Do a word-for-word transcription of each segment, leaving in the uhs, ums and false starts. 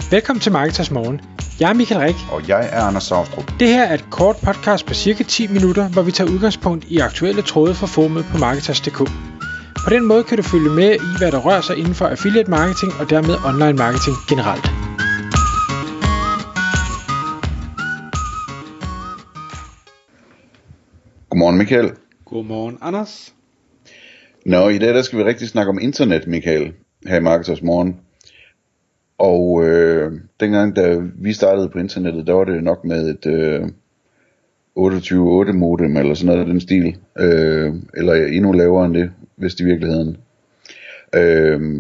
Velkommen til Marketers Morgen. Jeg er Michael Rik. Og jeg er Anders Saustrup. Det her er et kort podcast på cirka ti minutter, hvor vi tager udgangspunkt i aktuelle tråde fra forumet på Marketers punktum d k. På den måde kan du følge med i, hvad der rører sig inden for affiliate marketing og dermed online marketing generelt. Godmorgen Michael. Godmorgen Anders. Nå, i dag der skal vi rigtig snakke om internet, Michael, her i Marketers Morgen. Og øh, dengang da vi startede på internettet, der var det nok med et øh, otteogtyve otte modem eller sådan noget af den stil. Øh, eller endnu lavere end det, hvis det i virkeligheden. Øh,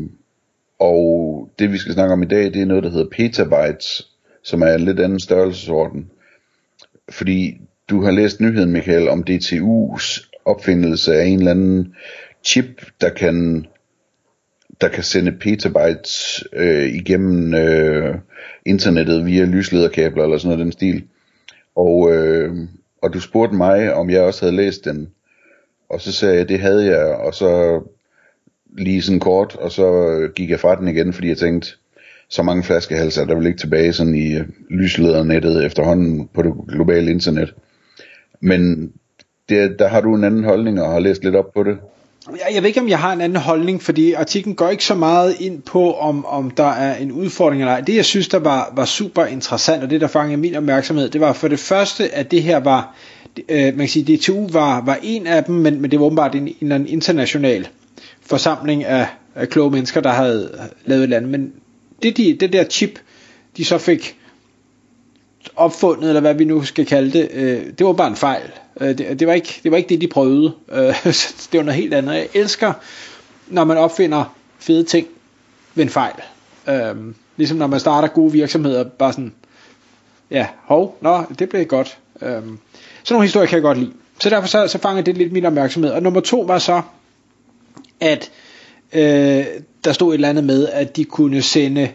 og det vi skal snakke om i dag, det er noget der hedder petabytes, som er en lidt anden størrelsesorden. Fordi du har læst nyheden, Michael, om D T U's opfindelse af en eller anden chip, der kan der kan sende petabytes øh, igennem øh, internettet via lyslederkabler eller sådan noget den stil. Og øh, og du spurgte mig, om jeg også havde læst den, og så sagde jeg, det havde jeg, og så lige sådan kort, og så gik jeg fra den igen, fordi jeg tænkte, så mange flaskehalser der vil ikke tilbage sådan i øh, lysledernettet efterhånden på det globale internet. Men det, der har du en anden holdning og har læst lidt op på det. Jeg ved ikke, om jeg har en anden holdning, fordi artiklen går ikke så meget ind på, om, om der er en udfordring eller ej. Det, jeg synes, der var, var super interessant, og det, der fangede min opmærksomhed, det var for det første, at det her var, øh, man kan sige, D T U var, var en af dem, men, men det var åbenbart en, en, en international forsamling af, af kloge mennesker, der havde lavet et eller andet. Men det, de, det der chip, de så fik opfundet, eller hvad vi nu skal kalde det, øh, det var bare en fejl. Øh, det, det, var ikke, det var ikke det, de prøvede. Øh, det var noget helt andet. Jeg elsker, når man opfinder fede ting ved en fejl. Øh, ligesom når man starter gode virksomheder, bare sådan, ja, hov, nå, det blev godt. Øh, sådan nogle historier kan jeg godt lide. Så derfor så, så fanger det lidt min opmærksomhed. Og nummer to var så, at øh, der stod et eller andet med, at de kunne sende,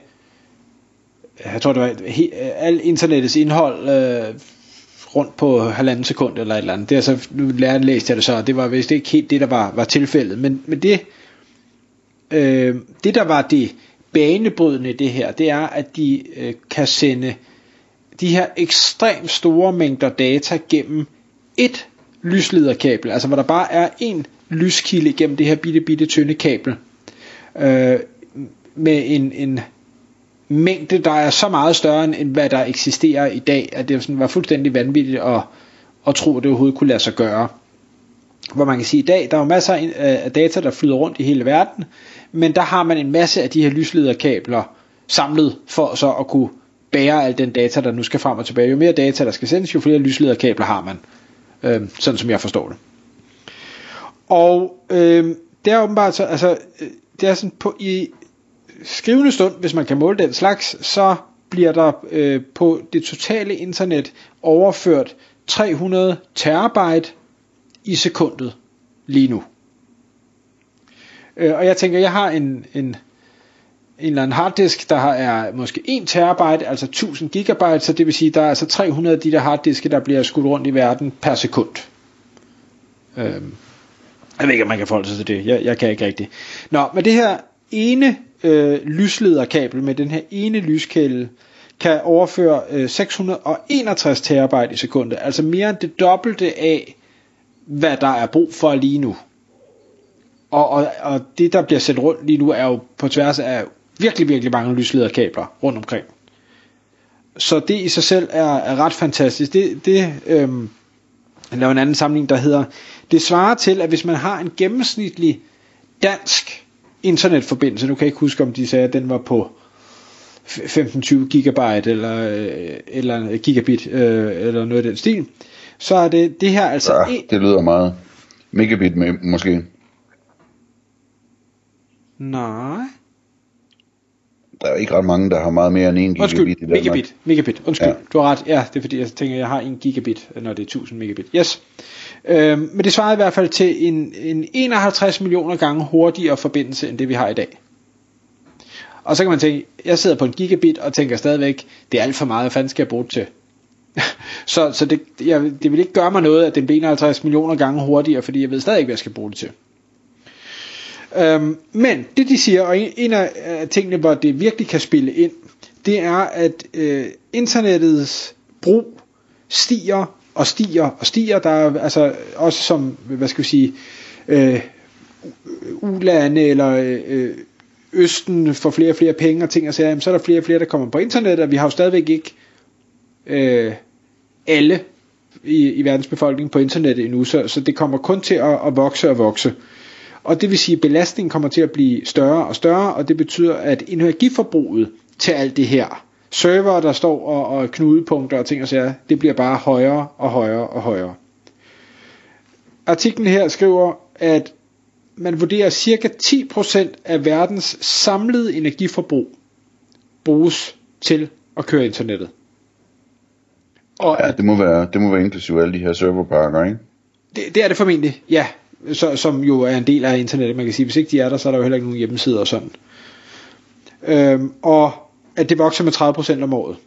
jeg tror det var he, al internettets indhold øh, rundt på halvanden sekund eller et eller andet. Det er så, nu lærte læste jeg det så, det var vist ikke helt det der var, var tilfældet, men, men det øh, det der var det banebrydende i det her, det er at de øh, kan sende de her ekstremt store mængder data gennem et lyslederkabel, altså hvor der bare er en lyskilde gennem det her bitte bitte tynde kabel øh, med en, en mængde, der er så meget større end hvad der eksisterer i dag, at det sådan var fuldstændig vanvittigt at, at tro, at det overhovedet kunne lade sig gøre. Hvor man kan sige, at i dag, der er jo masser af data, der flyder rundt i hele verden, men der har man en masse af de her lyslederkabler samlet for så at kunne bære al den data, der nu skal frem og tilbage. Jo mere data, der skal sendes, jo flere lyslederkabler har man. Øh, sådan som jeg forstår det. Og øh, det er åbenbart så, altså, det er sådan på i skrivende stund, hvis man kan måle den slags, så bliver der øh, på det totale internet overført tre hundrede terabyte i sekundet lige nu. Øh, og jeg tænker, jeg har en, en, en eller anden harddisk, der er måske en terabyte, altså tusind gigabyte, så det vil sige, der er altså tre hundrede af de der harddiske, der bliver skudt rundt i verden per sekund. Øh, jeg ved ikke, om man kan forholde sig til det. Jeg, jeg kan ikke rigtig. Nå, men det her ene øh, lyslederkabel med den her ene lyskælde kan overføre øh, seks hundrede og enogtres terabyte i sekundet, altså mere end det dobbelte af hvad der er brug for lige nu. Og, og, og det der bliver sendt rundt lige nu er jo på tværs af virkelig virkelig mange lyslederkabler rundt omkring. Så det i sig selv er, er ret fantastisk. Det, det øh, jeg laver en anden sammenligning der hedder, det svarer til at hvis man har en gennemsnitlig dansk internetforbindelse, nu kan jeg ikke huske om de sagde at den var på femten til tyve gigabyte eller, eller gigabit øh, eller noget af den stil, så er det det her altså ja, en... det lyder meget megabit med, måske. Nej, der er ikke ret mange der har meget mere end en gigabit. Undskyld, i Danmark. megabit, megabit, undskyld, ja. Du har ret, ja, det er fordi jeg tænker jeg har en gigabit, når det er tusind megabit, yes. øhm, men det svarer i hvert fald til en, en enoghalvtreds millioner gange hurtigere forbindelse end det vi har i dag. Og så kan man tænke, jeg sidder på en gigabit og tænker stadigvæk, det er alt for meget, hvad fanden skal jeg bruge det til? så så det, jeg, det vil ikke gøre mig noget, at den bliver enoghalvtreds millioner gange hurtigere, fordi jeg ved stadig ikke, hvad jeg skal bruge det til. Øhm, men det de siger, og en, en af tingene, hvor det virkelig kan spille ind, det er, at øh, internettets brug stiger og stiger og stiger. Der er altså også som, hvad skal vi sige, øh, ulande eller øh, Østen får flere og flere penge og ting og sager, så er der flere og flere, der kommer på internet, og vi har jo stadigvæk ikke øh, alle i, i verdens befolkning på internettet endnu, så, så det kommer kun til at, at vokse og vokse. Og det vil sige, at belastningen kommer til at blive større og større, og det betyder, at energiforbruget til alt det her, server, der står og, og knudepunkter og ting og sager, det bliver bare højere og højere og højere. Artiklen her skriver, at man vurderer, at cirka ti procent af verdens samlede energiforbrug bruges til at køre internettet. Og ja, det må være, det må være inklusive alle de her serverparker, ikke? Det, det er det formentlig, ja. Så, som jo er en del af internettet, man kan sige. Hvis ikke de er der, så er der jo heller ikke nogen hjemmesider og sådan. Øhm, og at det vokser med tredive procent om året.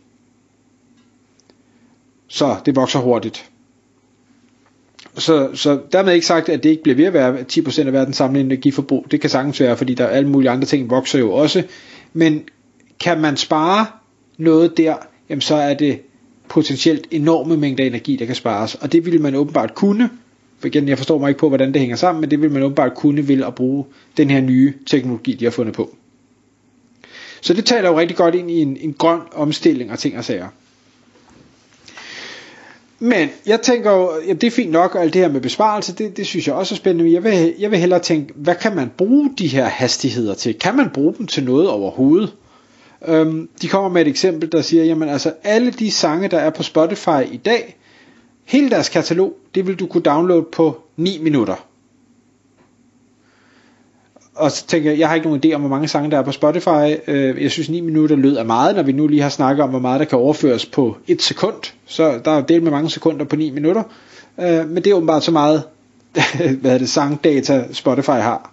Så det vokser hurtigt. Så, så dermed ikke sagt, at det ikke bliver ved at være ti procent af verdens samlede energiforbrug. Det kan sagtens være, fordi der er alle mulige andre ting, vokser jo også. Men kan man spare noget der, jamen så er det potentielt enorme mængder energi, der kan spares. Og det ville man åbenbart kunne. For igen, jeg forstår mig ikke på, hvordan det hænger sammen, men det vil man åbenbart kunne vil at bruge den her nye teknologi, de har fundet på. Så det taler jo rigtig godt ind i en, en grøn omstilling og ting og sager. Men jeg tænker jo, ja, det er fint nok, og alt det her med besparelse, det, det synes jeg også er spændende. Men jeg vil, jeg vil hellere tænke, hvad kan man bruge de her hastigheder til? Kan man bruge dem til noget overhovedet? Øhm, de kommer med et eksempel, der siger, jamen altså alle de sange, der er på Spotify i dag, hele deres katalog, det vil du kunne downloade på ni minutter. Og så tænker jeg, jeg har ikke nogen idé om, hvor mange sange der er på Spotify. Jeg synes ni minutter lød af meget, når vi nu lige har snakket om, hvor meget der kan overføres på et sekund. Så der er jo delt med mange sekunder på ni minutter. Men det er åbenbart så meget, hvad er det, sangdata Spotify har.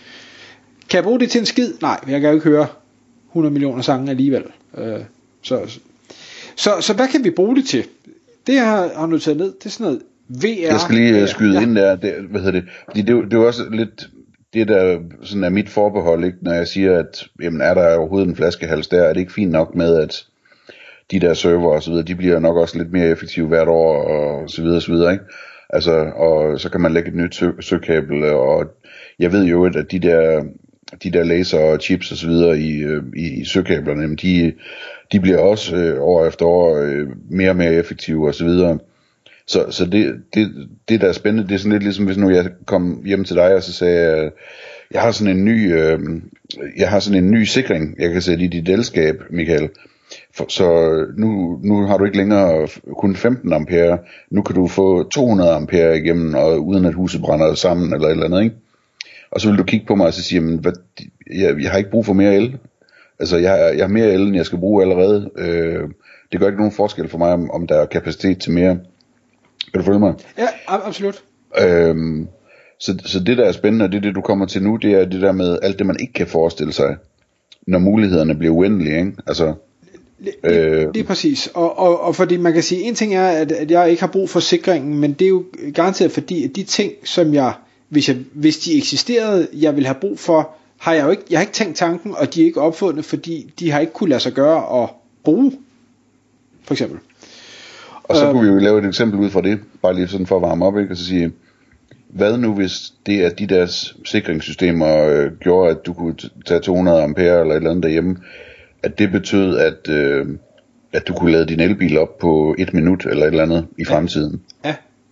Kan jeg bruge det til en skid? Nej, jeg kan jo ikke høre hundrede millioner sange alligevel. Så, så, så hvad kan vi bruge det til? Det har jeg noteret ned. Det er sådan noget V R. Jeg skal lige skyde ja. ind der. Det, hvad hedder det? Fordi det, det er jo også lidt det, der sådan er mit forbehold, ikke? Når jeg siger, at jamen, er der overhovedet en flaskehals der, er det ikke fint nok med, at de der server og så videre, de bliver nok også lidt mere effektive hvert år og så videre og så videre, ikke? Altså, og så kan man lægge et nyt sø- søkabel, og jeg ved jo, at de der de der laser og chips og så videre i, i, i søkablerne, de, de bliver også øh, år efter år øh, mere og mere effektive og så videre. Så, så det, det, det der er spændende, det er sådan lidt ligesom hvis nu jeg kom hjem til dig og så sagde jeg, jeg har sådan en ny, øh, jeg har sådan en ny sikring, jeg kan sætte i dit elskab, Michael. For, så nu, nu har du ikke længere kun femten ampere, nu kan du få to hundrede ampere igennem, og uden at huset brænder sammen eller et eller andet, ikke? Og så vil du kigge på mig og så sige, jamen, hvad, jeg, jeg har ikke brug for mere el. Altså, jeg, jeg har mere el, end jeg skal bruge allerede. Øh, det gør ikke nogen forskel for mig, om, om der er kapacitet til mere. Kan du følge mig? Ja, absolut. Øhm, så, så det, der er spændende, og det, det du kommer til nu, det er det der med alt det, man ikke kan forestille sig, når mulighederne bliver uendelige, ikke? Altså... Det, det, det er præcis, og, og, og fordi man kan sige, en ting er, at, at jeg ikke har brug for sikringen, men det er jo garanteret fordi, at de ting, som jeg, hvis, jeg, hvis de eksisterede, jeg vil have brug for, har jeg jo ikke, jeg har ikke tænkt tanken, og de er ikke opfundet, fordi de har ikke kunne lade sig gøre og bruge, for eksempel. Og så kunne vi jo lave et eksempel ud fra det, bare lige sådan for at varme op, ikke? Og så sige, hvad nu hvis det er de der sikringssystemer øh, gjorde, at du kunne tage to hundrede ampere eller et eller andet derhjemme, at det betød, at, øh, at du kunne lade din elbil op på et minut eller et eller andet i ja. fremtiden. Ja.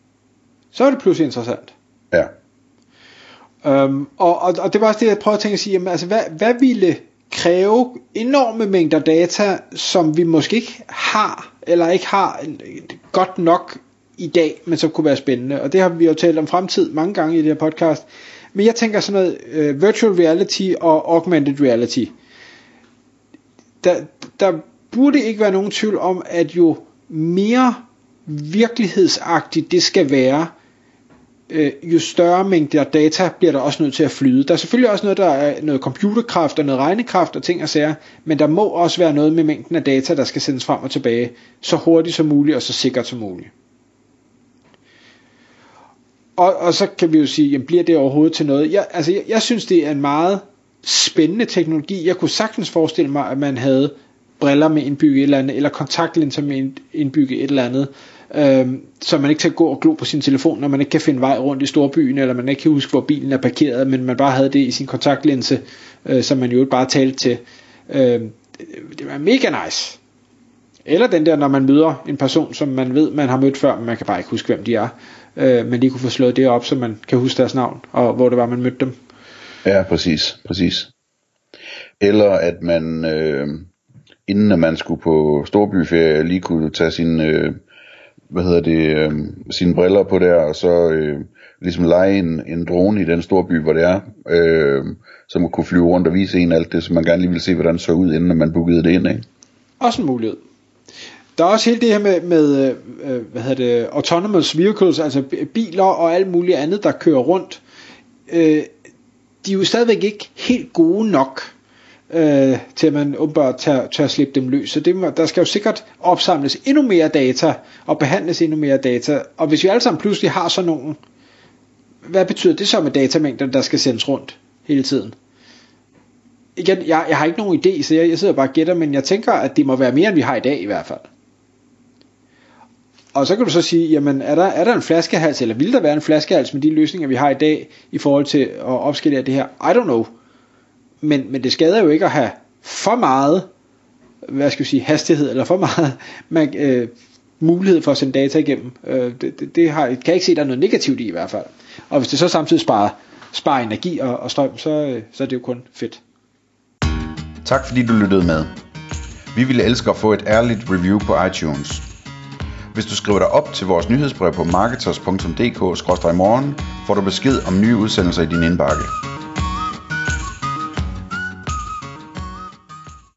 Så er det pludselig interessant. Ja. Øhm, og, og, og det var også det, jeg prøvede at tænke at sige, jamen, altså, hvad, hvad ville kræve enorme mængder data, som vi måske ikke har, eller ikke har godt nok i dag, men som kunne være spændende. Og det har vi jo talt om fremtid mange gange i det her podcast. Men jeg tænker sådan noget uh, virtual reality og augmented reality. Der, der burde ikke være nogen tvivl om, at jo mere virkelighedsagtigt det skal være, øh, jo større mængder data bliver der også nødt til at flyde. Der er selvfølgelig også noget, der er noget computerkraft og noget regnekraft og ting og sager, men der må også være noget med mængden af data, der skal sendes frem og tilbage, så hurtigt som muligt og så sikkert som muligt. Og, og så kan vi jo sige, jamen, bliver det overhovedet til noget? Jeg, altså, jeg, jeg synes, det er en meget spændende teknologi. Jeg kunne sagtens forestille mig, at man havde briller med indbygget et eller andet, eller kontaktlinser med indbygget et eller andet, øhm, så man ikke kan gå og glo på sin telefon, når man ikke kan finde vej rundt i storbyen, eller man ikke kan huske, hvor bilen er parkeret, men man bare havde det i sin kontaktlinse, øh, som man jo bare talte til. Øh, det var mega nice. Eller den der, når man møder en person, som man ved, man har mødt før, men man kan bare ikke huske, hvem de er, øh, men lige kunne få slået det op, så man kan huske deres navn, og hvor det var, man mødte dem. Ja, præcis, præcis. Eller at man, øh, inden man skulle på storbyferie, lige kunne tage sin, øh, hvad hedder det, øh, sine briller på der, og så øh, ligesom lege en, en drone i den storby, hvor det er, øh, så man kunne flyve rundt og vise en alt det, så man gerne lige ville se, hvordan det så ud, inden man bookede det ind, ikke? Også en mulighed. Der er også hele det her med, med øh, hvad hedder det, autonomous vehicles, altså biler og alt muligt andet, der kører rundt. Øh, de er jo stadigvæk ikke helt gode nok, øh, til at man åbenbart tør, tør slippe dem løs. Så det, der skal jo sikkert opsamles endnu mere data, og behandles endnu mere data. Og hvis vi alle sammen pludselig har sådan nogle, hvad betyder det så med datamængder, der skal sendes rundt hele tiden? Igen, jeg, jeg har ikke nogen idé, så jeg, jeg sidder bare og gætter, men jeg tænker, at det må være mere, end vi har i dag i hvert fald. Og så kan du så sige, jamen er der, er der en flaskehals, eller vil der være en flaskehals med de løsninger, vi har i dag, i forhold til at opskalere det her? I don't know. Men, men det skader jo ikke at have for meget, hvad skal vi sige, hastighed, eller for meget man, øh, mulighed for at sende data igennem. Øh, det det, det har, kan jeg ikke se, der er noget negativt i i hvert fald. Og hvis det så samtidig sparer, sparer energi og, og strøm, så, øh, så er det jo kun fedt. Tak fordi du lyttede med. Vi ville elske at få et ærligt review på iTunes. Hvis du skriver dig op til vores nyhedsbrev på marketers punktum d k skråstreg morgen, får du besked om nye udsendelser i din indbakke.